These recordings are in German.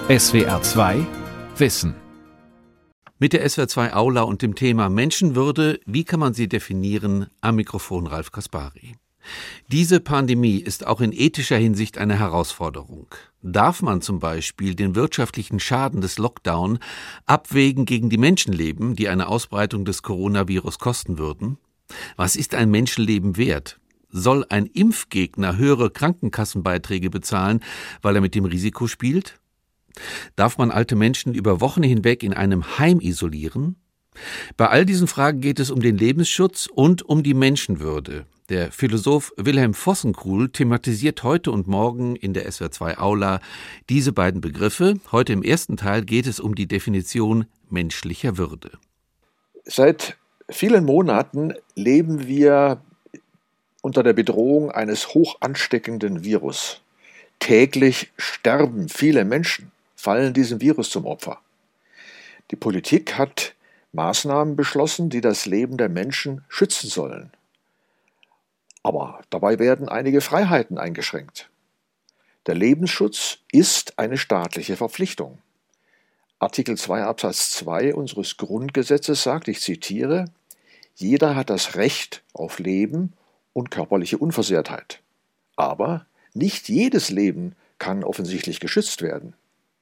SWR 2 Wissen. Mit der SWR 2 Aula und dem Thema Menschenwürde, wie kann man sie definieren, am Mikrofon Ralf Kaspari. Diese Pandemie ist auch in ethischer Hinsicht eine Herausforderung. Darf man zum Beispiel den wirtschaftlichen Schaden des Lockdown abwägen gegen die Menschenleben, die eine Ausbreitung des Coronavirus kosten würden? Was ist ein Menschenleben wert? Soll ein Impfgegner höhere Krankenkassenbeiträge bezahlen, weil er mit dem Risiko spielt? Darf man alte Menschen über Wochen hinweg in einem Heim isolieren? Bei all diesen Fragen geht es um den Lebensschutz und um die Menschenwürde. Der Philosoph Wilhelm Vossenkuhl thematisiert heute und morgen in der SWR 2 Aula diese beiden Begriffe. Heute im ersten Teil geht es um die Definition menschlicher Würde. Seit vielen Monaten leben wir unter der Bedrohung eines hoch ansteckenden Virus. Täglich sterben viele Menschen, fallen diesem Virus zum Opfer. Die Politik hat Maßnahmen beschlossen, die das Leben der Menschen schützen sollen. Aber dabei werden einige Freiheiten eingeschränkt. Der Lebensschutz ist eine staatliche Verpflichtung. Artikel 2 Absatz 2 unseres Grundgesetzes sagt, ich zitiere, jeder hat das Recht auf Leben und körperliche Unversehrtheit. Aber nicht jedes Leben kann offensichtlich geschützt werden.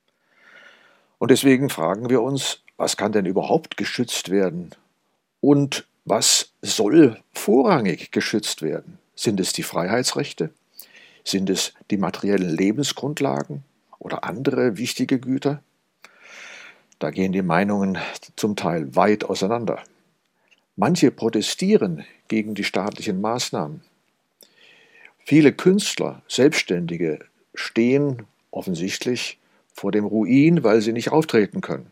Und deswegen fragen wir uns, was kann denn überhaupt geschützt werden? Und was soll vorrangig geschützt werden? Sind es die Freiheitsrechte? Sind es die materiellen Lebensgrundlagen oder andere wichtige Güter? Da gehen die Meinungen zum Teil weit auseinander. Manche protestieren gegen die staatlichen Maßnahmen. Viele Künstler, Selbstständige stehen offensichtlich vor dem Ruin, weil sie nicht auftreten können.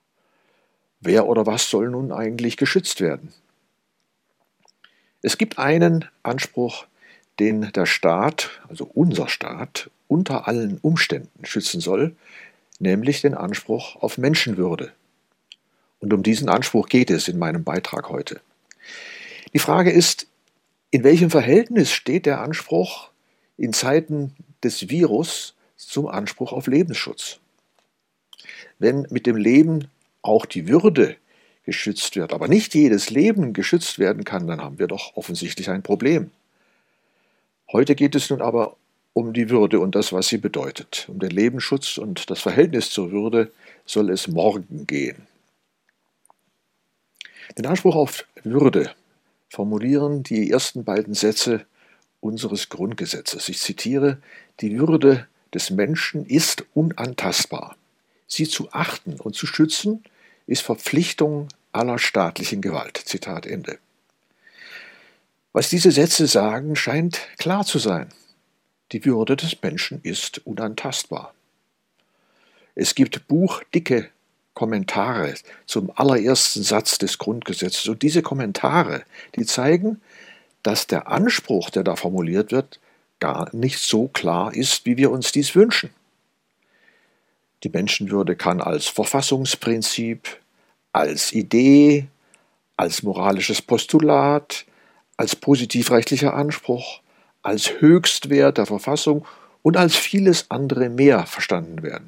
Wer oder was soll nun eigentlich geschützt werden? Es gibt einen Anspruch, den der Staat, also unser Staat, unter allen Umständen schützen soll, nämlich den Anspruch auf Menschenwürde. Und um diesen Anspruch geht es in meinem Beitrag heute. Die Frage ist, in welchem Verhältnis steht der Anspruch in Zeiten des Virus zum Anspruch auf Lebensschutz? Wenn mit dem Leben auch die Würde geschützt wird, aber nicht jedes Leben geschützt werden kann, dann haben wir doch offensichtlich ein Problem. Heute geht es nun aber um die Würde und das, was sie bedeutet. Um den Lebensschutz und das Verhältnis zur Würde soll es morgen gehen. Den Anspruch auf Würde formulieren die ersten beiden Sätze unseres Grundgesetzes. Ich zitiere, die Würde des Menschen ist unantastbar. Sie zu achten und zu schützen, ist Verpflichtung aller staatlichen Gewalt. Zitat Ende. Was diese Sätze sagen, scheint klar zu sein. Die Würde des Menschen ist unantastbar. Es gibt buchdicke Kommentare zum allerersten Satz des Grundgesetzes. Und diese Kommentare, die zeigen, dass der Anspruch, der da formuliert wird, gar nicht so klar ist, wie wir uns dies wünschen. Die Menschenwürde kann als Verfassungsprinzip, als Idee, als moralisches Postulat, als positivrechtlicher Anspruch, als Höchstwert der Verfassung und als vieles andere mehr verstanden werden.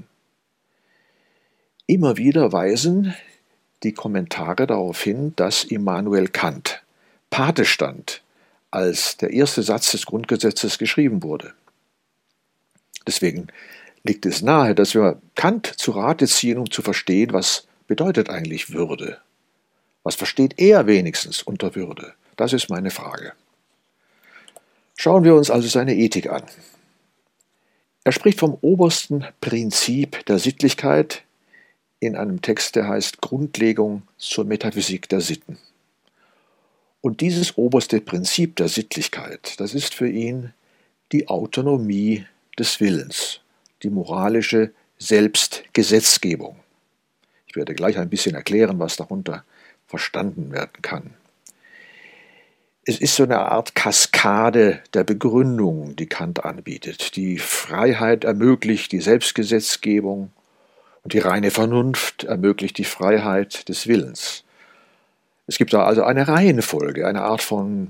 Immer wieder weisen die Kommentare darauf hin, dass Immanuel Kant Pate stand, als der erste Satz des Grundgesetzes geschrieben wurde. Deswegen liegt es nahe, dass wir Kant zu Rate ziehen, um zu verstehen, was bedeutet eigentlich Würde. Was versteht er wenigstens unter Würde? Das ist meine Frage. Schauen wir uns also seine Ethik an. Er spricht vom obersten Prinzip der Sittlichkeit in einem Text, der heißt Grundlegung zur Metaphysik der Sitten. Und dieses oberste Prinzip der Sittlichkeit, das ist für ihn die Autonomie des Willens, die moralische Selbstgesetzgebung. Ich werde gleich ein bisschen erklären, was darunter verstanden werden kann. Es ist so eine Art Kaskade der Begründung, die Kant anbietet. Die Freiheit ermöglicht die Selbstgesetzgebung und die reine Vernunft ermöglicht die Freiheit des Willens. Es gibt da also eine Reihenfolge, eine Art von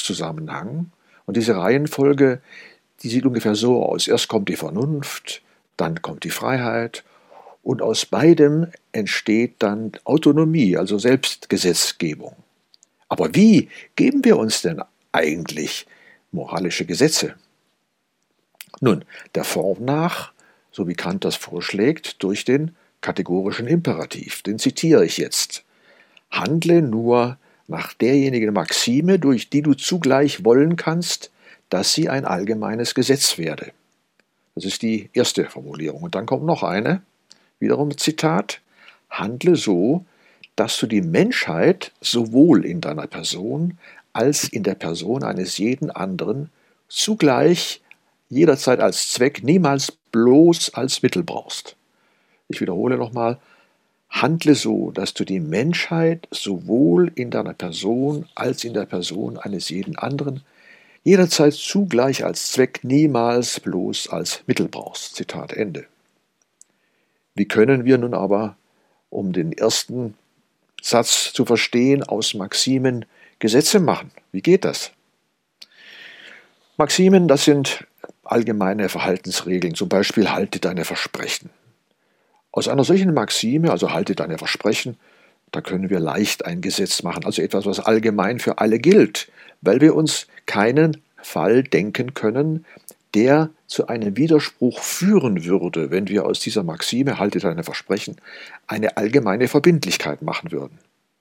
Ursache-Wirkungszusammenhang. Und diese Reihenfolge, die sieht ungefähr so aus. Erst kommt die Vernunft, dann kommt die Freiheit und aus beidem entsteht dann Autonomie, also Selbstgesetzgebung. Aber wie geben wir uns denn eigentlich moralische Gesetze? Nun, der Form nach, so wie Kant das vorschlägt, durch den kategorischen Imperativ. Den zitiere ich jetzt. Handle nur nach derjenigen Maxime, durch die du zugleich wollen kannst, dass sie ein allgemeines Gesetz werde. Das ist die erste Formulierung. Und dann kommt noch eine, wiederum Zitat, handle so, dass du die Menschheit sowohl in deiner Person als in der Person eines jeden anderen zugleich jederzeit als Zweck, niemals bloß als Mittel brauchst. Ich wiederhole nochmal, handle so, dass du die Menschheit sowohl in deiner Person als in der Person eines jeden anderen jederzeit zugleich als Zweck, niemals bloß als Mittel brauchst. Zitat Ende. Wie können wir nun aber, um den ersten Satz zu verstehen, aus Maximen Gesetze machen? Wie geht das? Maximen, das sind allgemeine Verhaltensregeln, zum Beispiel halte deine Versprechen. Aus einer solchen Maxime, also halte deine Versprechen, da können wir leicht ein Gesetz machen, also etwas, was allgemein für alle gilt, weil wir uns keinen Fall denken können, der zu einem Widerspruch führen würde, wenn wir aus dieser Maxime, halte deine Versprechen, eine allgemeine Verbindlichkeit machen würden.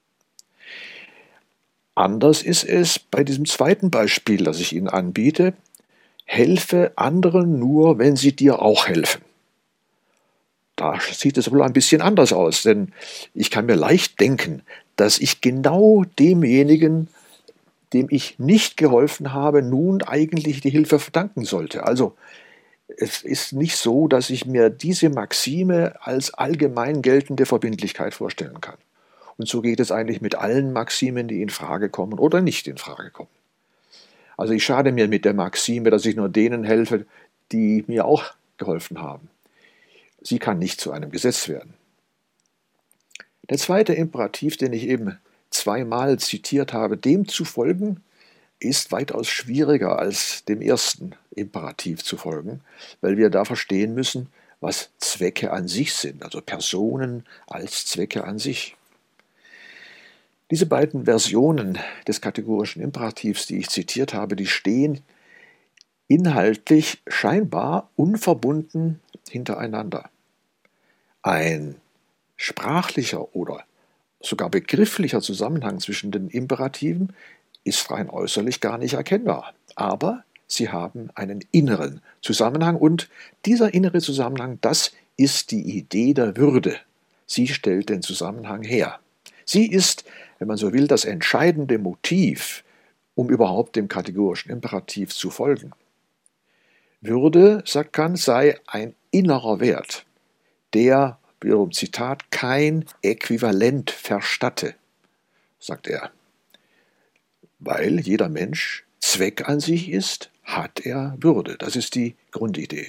Anders ist es bei diesem zweiten Beispiel, das ich Ihnen anbiete, helfe anderen nur, wenn sie dir auch helfen. Da sieht es wohl ein bisschen anders aus, denn ich kann mir leicht denken, dass ich genau demjenigen, dem ich nicht geholfen habe, nun eigentlich die Hilfe verdanken sollte. Also es ist nicht so, dass ich mir diese Maxime als allgemein geltende Verbindlichkeit vorstellen kann. Und so geht es eigentlich mit allen Maximen, die in Frage kommen oder nicht in Frage kommen. Also ich schade mir mit der Maxime, dass ich nur denen helfe, die mir auch geholfen haben. Sie kann nicht zu einem Gesetz werden. Der zweite Imperativ, den ich eben zweimal zitiert habe, dem zu folgen, ist weitaus schwieriger als dem ersten Imperativ zu folgen, weil wir da verstehen müssen, was Zwecke an sich sind, also Personen als Zwecke an sich. Diese beiden Versionen des kategorischen Imperativs, die ich zitiert habe, die stehen inhaltlich scheinbar unverbunden hintereinander. Ein sprachlicher oder sogar begrifflicher Zusammenhang zwischen den Imperativen ist rein äußerlich gar nicht erkennbar. Aber sie haben einen inneren Zusammenhang und dieser innere Zusammenhang, das ist die Idee der Würde. Sie stellt den Zusammenhang her. Sie ist, wenn man so will, das entscheidende Motiv, um überhaupt dem kategorischen Imperativ zu folgen. Würde, sagt Kant, sei ein innerer Wert, der, wiederum Zitat, kein Äquivalent verstatte, sagt er. Weil jeder Mensch Zweck an sich ist, hat er Würde. Das ist die Grundidee.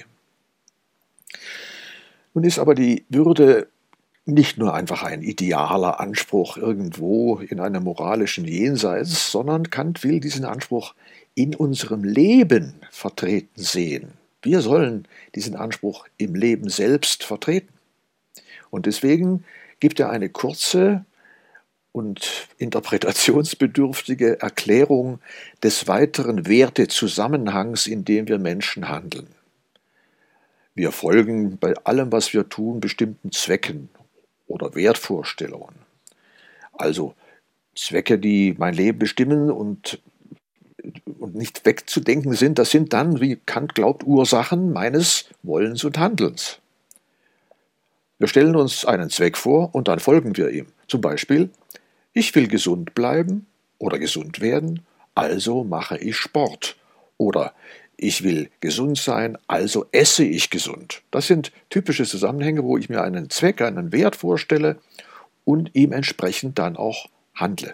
Nun ist aber die Würde nicht nur einfach ein idealer Anspruch irgendwo in einem moralischen Jenseits, sondern Kant will diesen Anspruch in unserem Leben vertreten sehen. Wir sollen diesen Anspruch im Leben selbst vertreten. Und deswegen gibt er eine kurze und interpretationsbedürftige Erklärung des weiteren Wertezusammenhangs, in dem wir Menschen handeln. Wir folgen bei allem, was wir tun, bestimmten Zwecken oder Wertvorstellungen. Also Zwecke, die mein Leben bestimmen und nicht wegzudenken sind, das sind dann, wie Kant glaubt, Ursachen meines Wollens und Handelns. Wir stellen uns einen Zweck vor und dann folgen wir ihm. Zum Beispiel, ich will gesund bleiben oder gesund werden, also mache ich Sport. Oder ich will gesund sein, also esse ich gesund. Das sind typische Zusammenhänge, wo ich mir einen Zweck, einen Wert vorstelle und ihm entsprechend dann auch handle.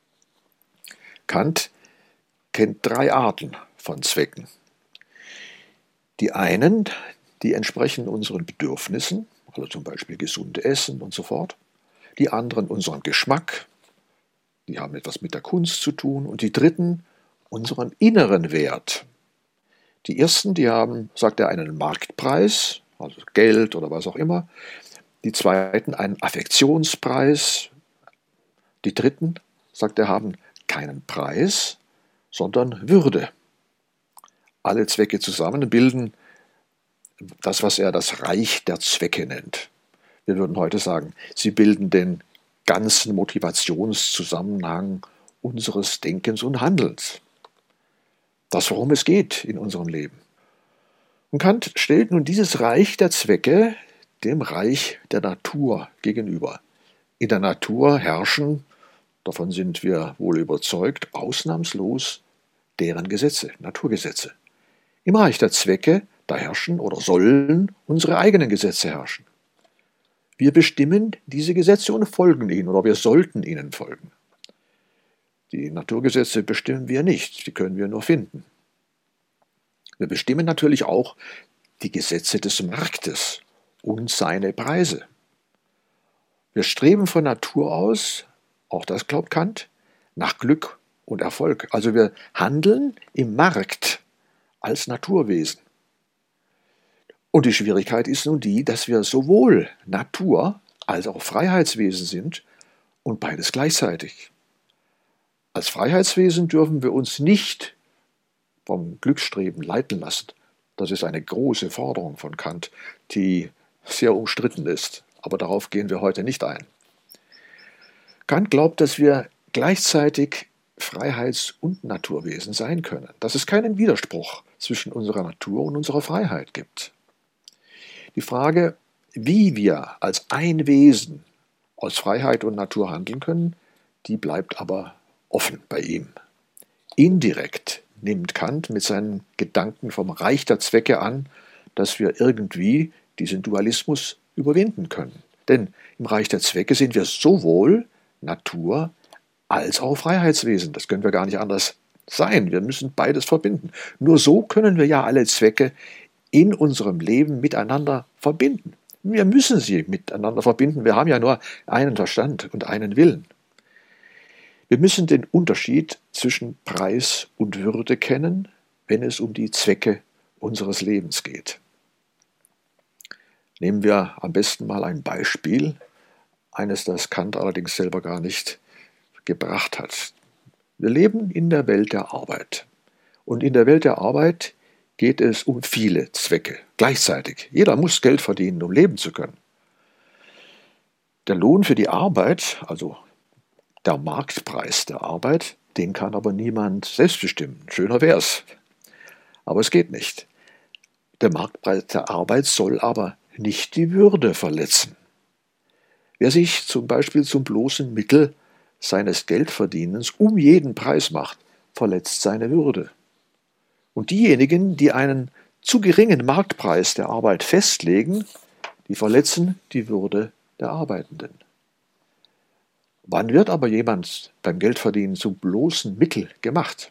Kant kennt 3 Arten von Zwecken. Die einen, die entsprechen unseren Bedürfnissen, also zum Beispiel gesund essen und so fort. Die anderen unserem Geschmack, die haben etwas mit der Kunst zu tun. Und die dritten unserem inneren Wert. Die ersten, die haben, sagt er, einen Marktpreis, also Geld oder was auch immer. Die zweiten einen Affektionspreis. Die dritten, sagt er, haben keinen Preis, sondern Würde. Alle Zwecke zusammen bilden das, was er das Reich der Zwecke nennt. Wir würden heute sagen, sie bilden den ganzen Motivationszusammenhang unseres Denkens und Handelns. Das, worum es geht in unserem Leben. Und Kant stellt nun dieses Reich der Zwecke dem Reich der Natur gegenüber. In der Natur herrschen, davon sind wir wohl überzeugt, ausnahmslos deren Gesetze, Naturgesetze. Im Reich der Zwecke, da herrschen oder sollen unsere eigenen Gesetze herrschen. Wir bestimmen diese Gesetze und folgen ihnen oder wir sollten ihnen folgen. Die Naturgesetze bestimmen wir nicht, die können wir nur finden. Wir bestimmen natürlich auch die Gesetze des Marktes und seine Preise. Wir streben von Natur aus, auch das glaubt Kant, nach Glück und Erfolg. Also wir handeln im Markt als Naturwesen. Und die Schwierigkeit ist nun die, dass wir sowohl Natur- als auch Freiheitswesen sind und beides gleichzeitig. Als Freiheitswesen dürfen wir uns nicht vom Glücksstreben leiten lassen. Das ist eine große Forderung von Kant, die sehr umstritten ist. Aber darauf gehen wir heute nicht ein. Kant glaubt, dass wir gleichzeitig Freiheits- und Naturwesen sein können, dass es keinen Widerspruch zwischen unserer Natur und unserer Freiheit gibt. Die Frage, wie wir als ein Wesen aus Freiheit und Natur handeln können, die bleibt aber offen bei ihm. Indirekt nimmt Kant mit seinen Gedanken vom Reich der Zwecke an, dass wir irgendwie diesen Dualismus überwinden können. Denn im Reich der Zwecke sind wir sowohl Natur als auch Freiheitswesen. Das können wir gar nicht anders sein. Wir müssen beides verbinden. Nur so können wir ja alle Zwecke in unserem Leben miteinander verbinden. Wir müssen sie miteinander verbinden. Wir haben ja nur einen Verstand und einen Willen. Wir müssen den Unterschied zwischen Preis und Würde kennen, wenn es um die Zwecke unseres Lebens geht. Nehmen wir am besten mal ein Beispiel, eines, das Kant allerdings selber gar nicht gebracht hat. Wir leben in der Welt der Arbeit. Und in der Welt der Arbeit geht es um viele Zwecke gleichzeitig. Jeder muss Geld verdienen, um leben zu können. Der Lohn für die Arbeit, also der Marktpreis der Arbeit, den kann aber niemand selbst bestimmen. Schöner wär's. Aber es geht nicht. Der Marktpreis der Arbeit soll aber nicht die Würde verletzen. Wer sich zum Beispiel zum bloßen Mittel seines Geldverdienens um jeden Preis macht, verletzt seine Würde. Und diejenigen, die einen zu geringen Marktpreis der Arbeit festlegen, die verletzen die Würde der Arbeitenden. Wann wird aber jemand beim Geldverdienen zum bloßen Mittel gemacht?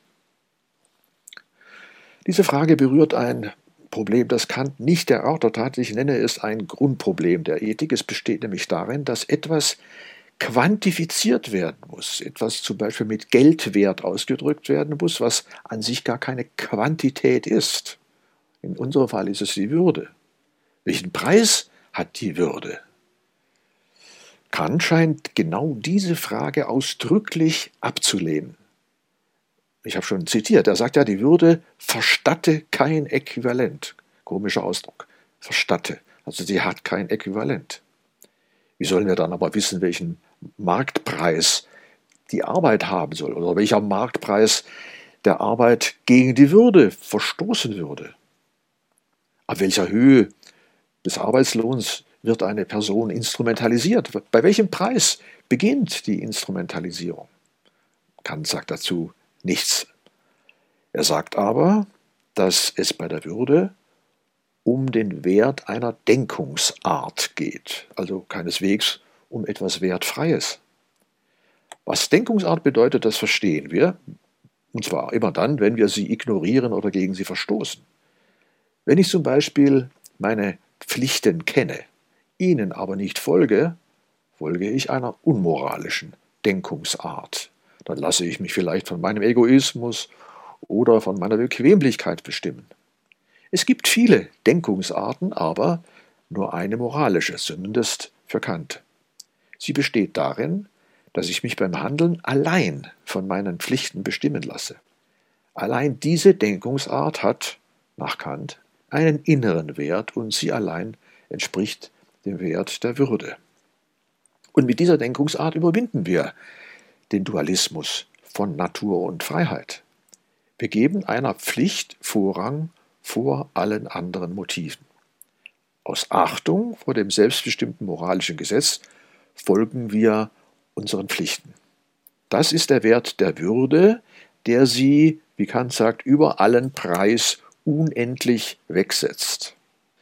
Diese Frage berührt ein Problem, das Kant nicht erörtert hat. Ich nenne es ein Grundproblem der Ethik. Es besteht nämlich darin, dass etwas quantifiziert werden muss, etwas zum Beispiel mit Geldwert ausgedrückt werden muss, was an sich gar keine Quantität ist. In unserem Fall ist es die Würde. Welchen Preis hat die Würde? Kant scheint genau diese Frage ausdrücklich abzulehnen. Ich habe schon zitiert, er sagt ja, die Würde verstatte kein Äquivalent. Komischer Ausdruck. Verstatte. Also sie hat kein Äquivalent. Wie sollen wir dann aber wissen, welchen Marktpreis die Arbeit haben soll oder welcher Marktpreis der Arbeit gegen die Würde verstoßen würde? Ab welcher Höhe des Arbeitslohns wird eine Person instrumentalisiert? Bei welchem Preis beginnt die Instrumentalisierung? Kant sagt dazu nichts. Er sagt aber, dass es bei der Würde um den Wert einer Denkungsart geht, also keineswegs um etwas Wertfreies. Was Denkungsart bedeutet, das verstehen wir, und zwar immer dann, wenn wir sie ignorieren oder gegen sie verstoßen. Wenn ich zum Beispiel meine Pflichten kenne, ihnen aber nicht folge, folge ich einer unmoralischen Denkungsart. Dann lasse ich mich vielleicht von meinem Egoismus oder von meiner Bequemlichkeit bestimmen. Es gibt viele Denkungsarten, aber nur eine moralische, zumindest für Kant. Sie besteht darin, dass ich mich beim Handeln allein von meinen Pflichten bestimmen lasse. Allein diese Denkungsart hat, nach Kant, einen inneren Wert und sie allein entspricht dem Wert der Würde. Und mit dieser Denkungsart überwinden wir den Dualismus von Natur und Freiheit. Wir geben einer Pflicht Vorrang vor allen anderen Motiven. Aus Achtung vor dem selbstbestimmten moralischen Gesetz folgen wir unseren Pflichten. Das ist der Wert der Würde, der sie, wie Kant sagt, über allen Preis unendlich wegsetzt.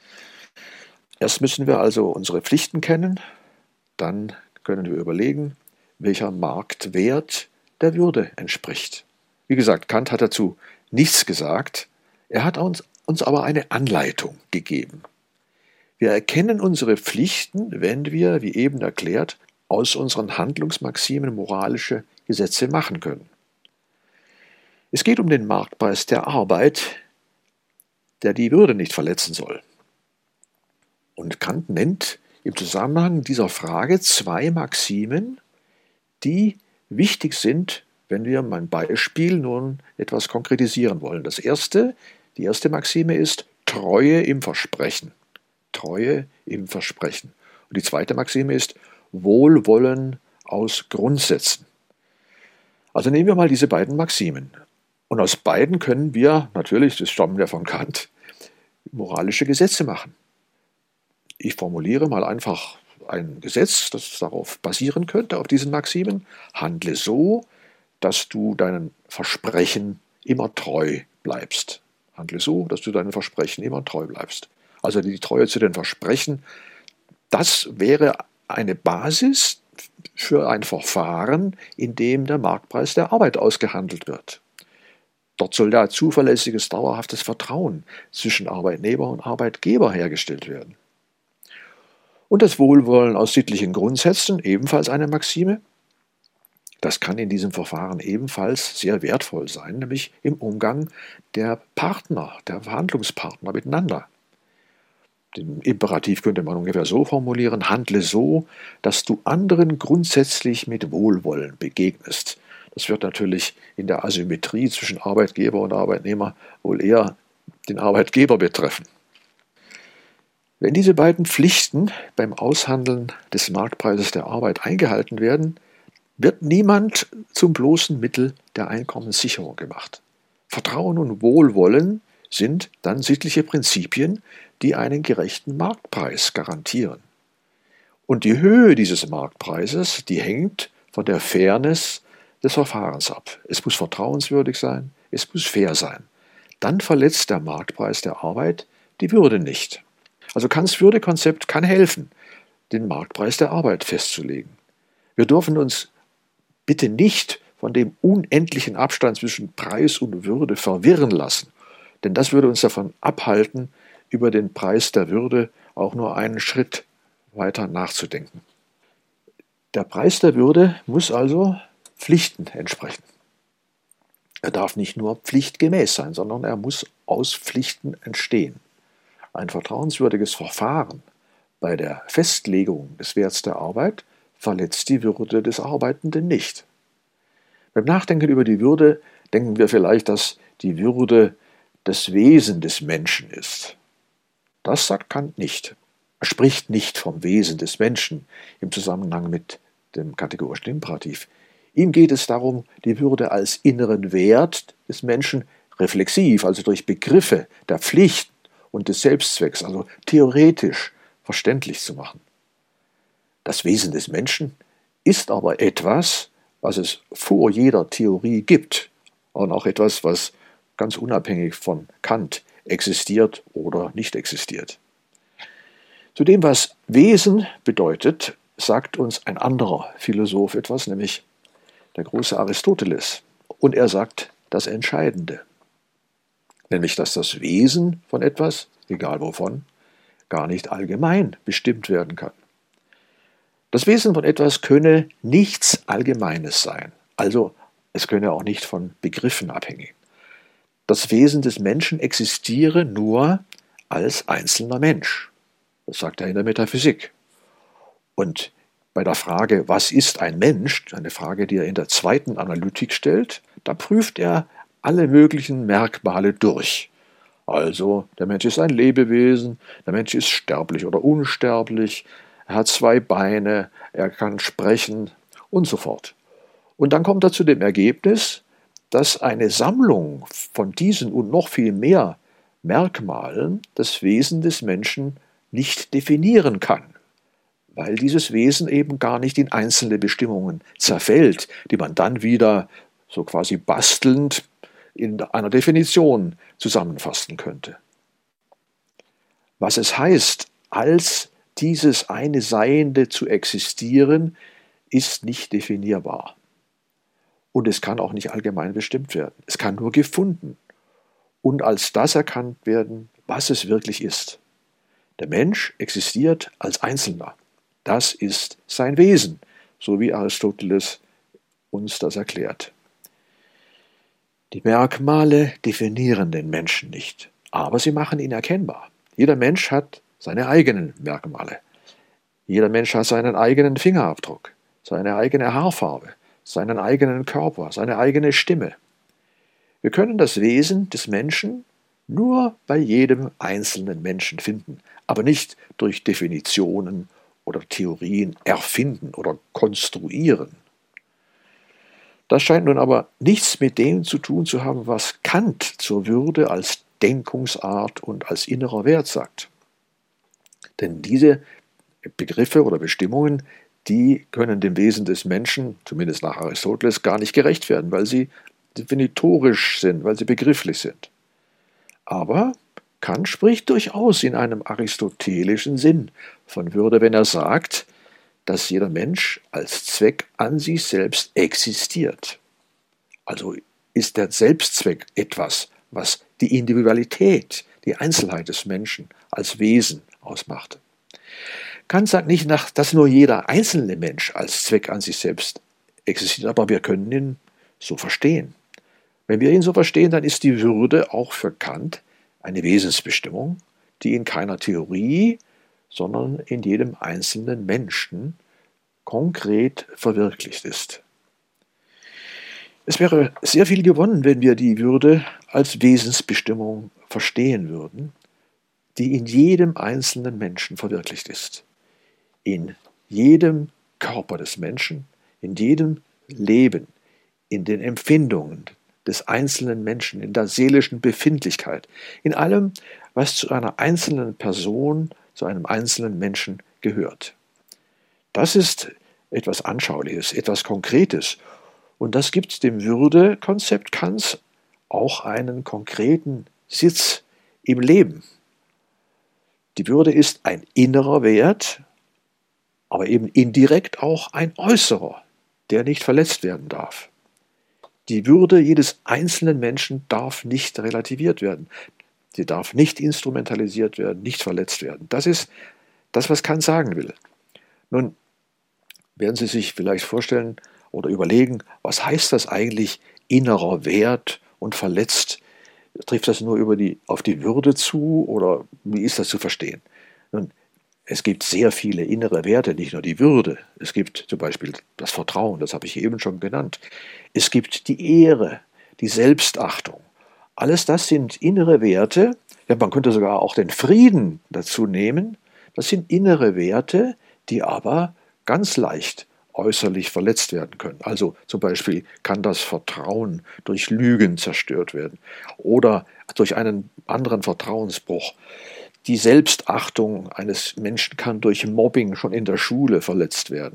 Erst müssen wir also unsere Pflichten kennen, dann können wir überlegen, welcher Marktwert der Würde entspricht. Wie gesagt, Kant hat dazu nichts gesagt, er hat uns aber eine Anleitung gegeben. Wir erkennen unsere Pflichten, wenn wir, wie eben erklärt, aus unseren Handlungsmaximen moralische Gesetze machen können. Es geht um den Marktpreis der Arbeit, der die Würde nicht verletzen soll. Und Kant nennt im Zusammenhang dieser Frage zwei Maximen, die wichtig sind, wenn wir mein Beispiel nun etwas konkretisieren wollen. Die erste Maxime ist Treue im Versprechen. Treue im Versprechen. Und die zweite Maxime ist Wohlwollen aus Grundsätzen. Also nehmen wir mal diese beiden Maximen. Und aus beiden können wir, natürlich, das stammt ja von Kant, moralische Gesetze machen. Ich formuliere mal einfach ein Gesetz, das darauf basieren könnte, auf diesen Maximen. Handle so, dass du deinen Versprechen immer treu bleibst. Handle so, dass du deinen Versprechen immer treu bleibst. Also die Treue zu den Versprechen, das wäre eine Basis für ein Verfahren, in dem der Marktpreis der Arbeit ausgehandelt wird. Dort soll da zuverlässiges, dauerhaftes Vertrauen zwischen Arbeitnehmer und Arbeitgeber hergestellt werden. Und das Wohlwollen aus sittlichen Grundsätzen, ebenfalls eine Maxime. Das kann in diesem Verfahren ebenfalls sehr wertvoll sein, nämlich im Umgang der Verhandlungspartner miteinander. Den Imperativ könnte man ungefähr so formulieren: Handle so, dass du anderen grundsätzlich mit Wohlwollen begegnest. Das wird natürlich in der Asymmetrie zwischen Arbeitgeber und Arbeitnehmer wohl eher den Arbeitgeber betreffen. Wenn diese beiden Pflichten beim Aushandeln des Marktpreises der Arbeit eingehalten werden, wird niemand zum bloßen Mittel der Einkommenssicherung gemacht. Vertrauen und Wohlwollen sind dann sittliche Prinzipien, die einen gerechten Marktpreis garantieren. Und die Höhe dieses Marktpreises, die hängt von der Fairness des Verfahrens ab. Es muss vertrauenswürdig sein, es muss fair sein. Dann verletzt der Marktpreis der Arbeit die Würde nicht. Also Kants Würdekonzept kann helfen, den Marktpreis der Arbeit festzulegen. Wir dürfen uns bitte nicht von dem unendlichen Abstand zwischen Preis und Würde verwirren lassen, denn das würde uns davon abhalten, über den Preis der Würde auch nur einen Schritt weiter nachzudenken. Der Preis der Würde muss also Pflichten entsprechen. Er darf nicht nur pflichtgemäß sein, sondern er muss aus Pflichten entstehen. Ein vertrauenswürdiges Verfahren bei der Festlegung des Werts der Arbeit verletzt die Würde des Arbeitenden nicht. Beim Nachdenken über die Würde denken wir vielleicht, dass die Würde das Wesen des Menschen ist. Das sagt Kant nicht. Er spricht nicht vom Wesen des Menschen im Zusammenhang mit dem kategorischen Imperativ. Ihm geht es darum, die Würde als inneren Wert des Menschen reflexiv, also durch Begriffe der Pflicht und des Selbstzwecks, also theoretisch verständlich zu machen. Das Wesen des Menschen ist aber etwas, was es vor jeder Theorie gibt und auch etwas, was ganz unabhängig von Kant existiert oder nicht existiert. Zu dem, was Wesen bedeutet, sagt uns ein anderer Philosoph etwas, nämlich der große Aristoteles. Und er sagt das Entscheidende, nämlich dass das Wesen von etwas, egal wovon, gar nicht allgemein bestimmt werden kann. Das Wesen von etwas könne nichts Allgemeines sein, also es könne auch nicht von Begriffen abhängen. das Wesen des Menschen existiere nur als einzelner Mensch. Das sagt er in der Metaphysik. Und bei der Frage, was ist ein Mensch, eine Frage, die er in der zweiten Analytik stellt, da prüft er alle möglichen Merkmale durch. Also, der Mensch ist ein Lebewesen, der Mensch ist sterblich oder unsterblich, er hat 2 Beine, er kann sprechen und so fort. Und dann kommt er zu dem Ergebnis, dass eine Sammlung von diesen und noch viel mehr Merkmalen das Wesen des Menschen nicht definieren kann, weil dieses Wesen eben gar nicht in einzelne Bestimmungen zerfällt, die man dann wieder so quasi bastelnd in einer Definition zusammenfassen könnte. Was es heißt, als dieses eine Seiende zu existieren, ist nicht definierbar. Und es kann auch nicht allgemein bestimmt werden. Es kann nur gefunden und als das erkannt werden, was es wirklich ist. Der Mensch existiert als Einzelner. Das ist sein Wesen, so wie Aristoteles uns das erklärt. Die Merkmale definieren den Menschen nicht, aber sie machen ihn erkennbar. Jeder Mensch hat seine eigenen Merkmale. Jeder Mensch hat seinen eigenen Fingerabdruck, seine eigene Haarfarbe, seinen eigenen Körper, seine eigene Stimme. Wir können das Wesen des Menschen nur bei jedem einzelnen Menschen finden, aber nicht durch Definitionen oder Theorien erfinden oder konstruieren. Das scheint nun aber nichts mit dem zu tun zu haben, was Kant zur Würde als Denkungsart und als innerer Wert sagt. Denn diese Begriffe oder Bestimmungen, die können dem Wesen des Menschen, zumindest nach Aristoteles, gar nicht gerecht werden, weil sie definitorisch sind, weil sie begrifflich sind. Aber Kant spricht durchaus in einem aristotelischen Sinn von Würde, wenn er sagt, dass jeder Mensch als Zweck an sich selbst existiert. Also ist der Selbstzweck etwas, was die Individualität, die Einzelheit des Menschen als Wesen ausmacht. Kant sagt nicht, dass nur jeder einzelne Mensch als Zweck an sich selbst existiert, aber wir können ihn so verstehen. Wenn wir ihn so verstehen, dann ist die Würde auch für Kant eine Wesensbestimmung, die in keiner Theorie, sondern in jedem einzelnen Menschen konkret verwirklicht ist. Es wäre sehr viel gewonnen, wenn wir die Würde als Wesensbestimmung verstehen würden, die in jedem einzelnen Menschen verwirklicht ist. In jedem Körper des Menschen, in jedem Leben, in den Empfindungen des einzelnen Menschen, in der seelischen Befindlichkeit, in allem, was zu einer einzelnen Person, zu einem einzelnen Menschen gehört. Das ist etwas Anschauliches, etwas Konkretes. Und das gibt dem Würde-Konzept Kants auch einen konkreten Sitz im Leben. Die Würde ist ein innerer Wert, aber eben indirekt auch ein äußerer, der nicht verletzt werden darf. Die Würde jedes einzelnen Menschen darf nicht relativiert werden. Sie darf nicht instrumentalisiert werden, nicht verletzt werden. Das ist das, was Kant sagen will. Nun werden Sie sich vielleicht vorstellen oder überlegen, was heißt das eigentlich innerer Wert und verletzt? Trifft das nur auf die Würde zu oder wie ist das zu verstehen? Nun, es gibt sehr viele innere Werte, nicht nur die Würde. Es gibt zum Beispiel das Vertrauen, das habe ich eben schon genannt. Es gibt die Ehre, die Selbstachtung. Alles das sind innere Werte. Ja, man könnte sogar auch den Frieden dazu nehmen. Das sind innere Werte, die aber ganz leicht äußerlich verletzt werden können. Also zum Beispiel kann das Vertrauen durch Lügen zerstört werden oder durch einen anderen Vertrauensbruch. Die Selbstachtung eines Menschen kann durch Mobbing schon in der Schule verletzt werden.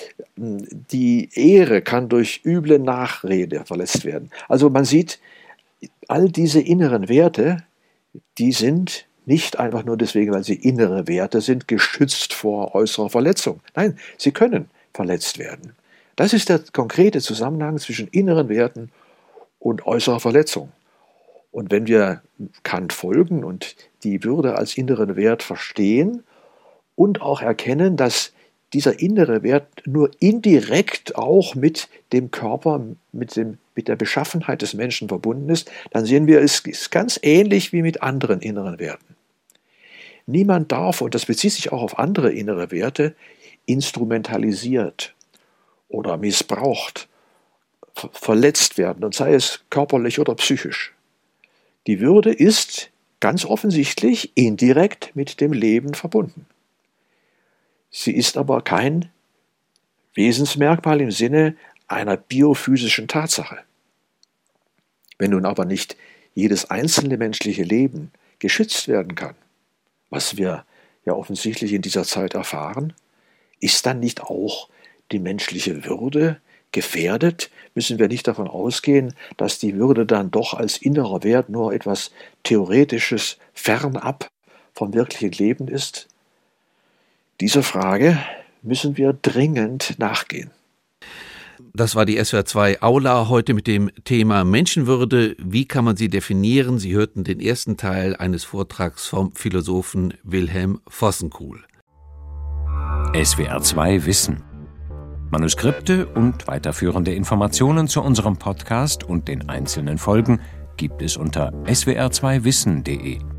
Die Ehre kann durch üble Nachrede verletzt werden. Also man sieht, all diese inneren Werte, die sind nicht einfach nur deswegen, weil sie innere Werte sind, geschützt vor äußerer Verletzung. Nein, sie können verletzt werden. Das ist der konkrete Zusammenhang zwischen inneren Werten und äußerer Verletzung. Und wenn wir Kant folgen und die Würde als inneren Wert verstehen und auch erkennen, dass dieser innere Wert nur indirekt auch mit dem Körper, mit dem mit der Beschaffenheit des Menschen verbunden ist, dann sehen wir, es ist ganz ähnlich wie mit anderen inneren Werten. Niemand darf, und das bezieht sich auch auf andere innere Werte, instrumentalisiert oder missbraucht, verletzt werden, und sei es körperlich oder psychisch. Die Würde ist ganz offensichtlich indirekt mit dem Leben verbunden. Sie ist aber kein Wesensmerkmal im Sinne einer biophysischen Tatsache. Wenn nun aber nicht jedes einzelne menschliche Leben geschützt werden kann, was wir ja offensichtlich in dieser Zeit erfahren, ist dann nicht auch die menschliche Würde gefährdet? Müssen wir nicht davon ausgehen, dass die Würde dann doch als innerer Wert nur etwas Theoretisches fernab vom wirklichen Leben ist? Dieser Frage müssen wir dringend nachgehen. Das war die SWR 2 Aula heute mit dem Thema Menschenwürde. Wie kann man sie definieren? Sie hörten den ersten Teil eines Vortrags vom Philosophen Wilhelm Vossenkuhl. SWR 2 Wissen. Manuskripte und weiterführende Informationen zu unserem Podcast und den einzelnen Folgen gibt es unter swr2wissen.de.